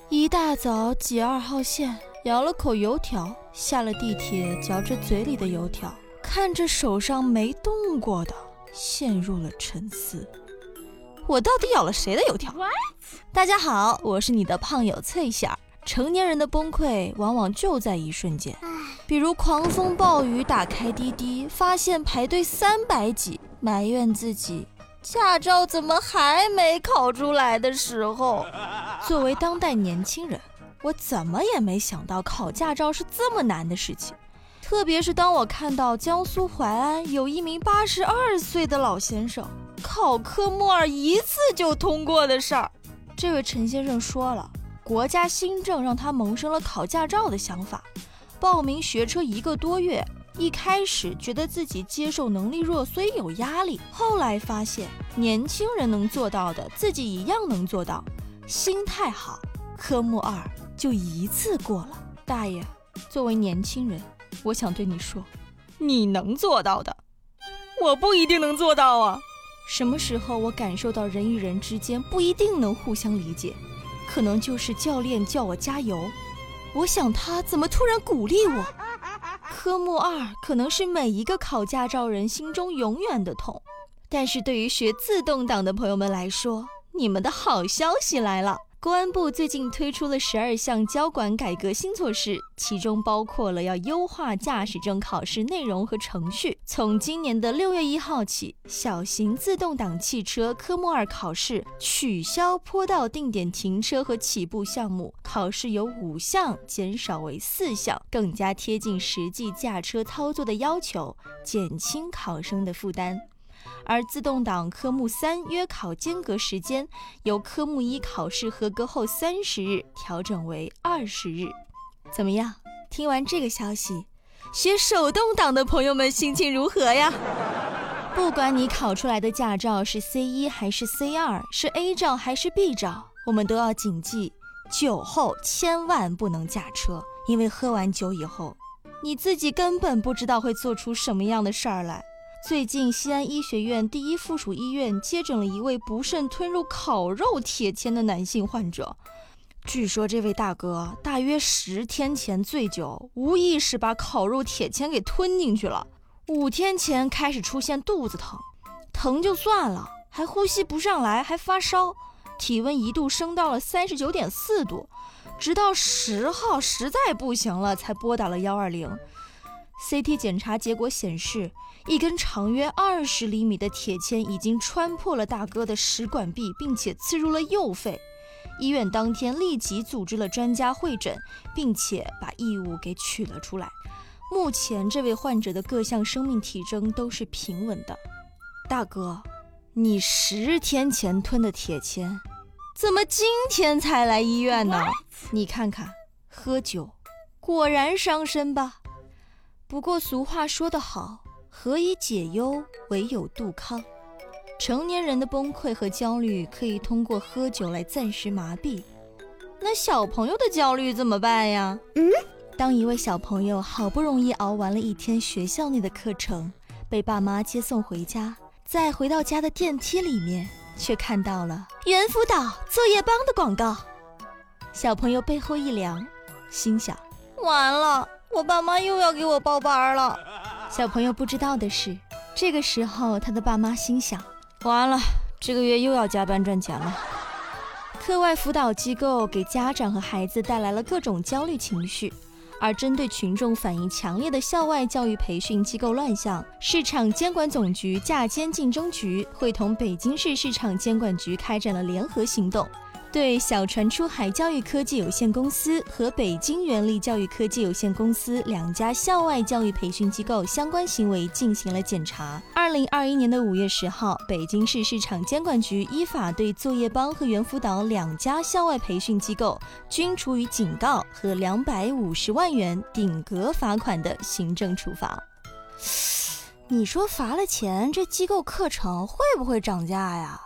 一大早挤2号线，咬了口油条，下了地铁，嚼着嘴里的油条，看着手上没动过的，陷入了沉思。我到底咬了谁的油条？ 大家好，我是你的胖友翠馅儿。成年人的崩溃往往就在一瞬间，比如狂风暴雨打开滴滴，发现排队300几，埋怨自己驾照怎么还没考出来的时候。作为当代年轻人，我怎么也没想到考驾照是这么难的事情，特别是当我看到江苏淮安有一名82岁的老先生考科目2一次就通过的事儿。这位陈先生说了，国家新政让他萌生了考驾照的想法，报名学车1个多月，一开始觉得自己接受能力弱，所以有压力，后来发现年轻人能做到的自己一样能做到，心态好，科目2就一次过了。大爷，作为年轻人，我想对你说，你能做到的，我不一定能做到啊。什么时候我感受到人与人之间不一定能互相理解，可能就是教练叫我加油，我想他怎么突然鼓励我。科目2可能是每一个考驾照人心中永远的痛，但是对于学自动挡的朋友们来说，你们的好消息来了。公安部最近推出了12项交管改革新措施，其中包括了要优化驾驶证考试内容和程序。从今年的6月1号起，小型自动挡汽车科目2考试取消坡道定点停车和起步项目，考试由5项减少为4项，更加贴近实际驾车操作的要求，减轻考生的负担。而自动挡科目3约考间隔时间由科目1考试合格后30日调整为20日。怎么样？听完这个消息，学手动挡的朋友们心情如何呀？不管你考出来的驾照是 C1 还是 C2， 是 A 照还是 B 照，我们都要谨记，酒后千万不能驾车，因为喝完酒以后，你自己根本不知道会做出什么样的事儿来。最近西安医学院第1附属医院接诊了一位不慎吞入烤肉铁签的男性患者。据说这位大哥大约10天前醉酒，无意识把烤肉铁签给吞进去了。5天前开始出现肚子疼，疼就算了，还呼吸不上来，还发烧，体温一度升到了39.4度，直到10号实在不行了才拨打了120。CT 检查结果显示，一根长约20厘米的铁签已经穿破了大哥的食管壁，并且刺入了右肺。医院当天立即组织了专家会诊，并且把异物给取了出来。目前这位患者的各项生命体征都是平稳的。大哥，你10天前吞的铁签，怎么今天才来医院呢？你看看，喝酒果然伤身吧。不过俗话说得好，何以解忧，唯有杜康。成年人的崩溃和焦虑可以通过喝酒来暂时麻痹，那小朋友的焦虑怎么办呀？当一位小朋友好不容易熬完了一天学校内的课程，被爸妈接送回家，在回到家的电梯里面，却看到了猿辅导作业帮的广告。小朋友背后一凉，心想，完了，我爸妈又要给我报班了。小朋友不知道的是，这个时候他的爸妈心想，完了，这个月又要加班赚钱了。课外辅导机构给家长和孩子带来了各种焦虑情绪，而针对群众反映强烈的校外教育培训机构乱象，市场监管总局价监竞争局会同北京市市场监管局开展了联合行动，对小船出海教育科技有限公司和北京原力教育科技有限公司2家校外教育培训机构相关行为进行了检查。2021年的5月10号，北京市市场监管局依法对作业帮和猿辅导2家校外培训机构均处以警告和250万元顶格罚款的行政处罚。你说罚了钱，这机构课程会不会涨价呀？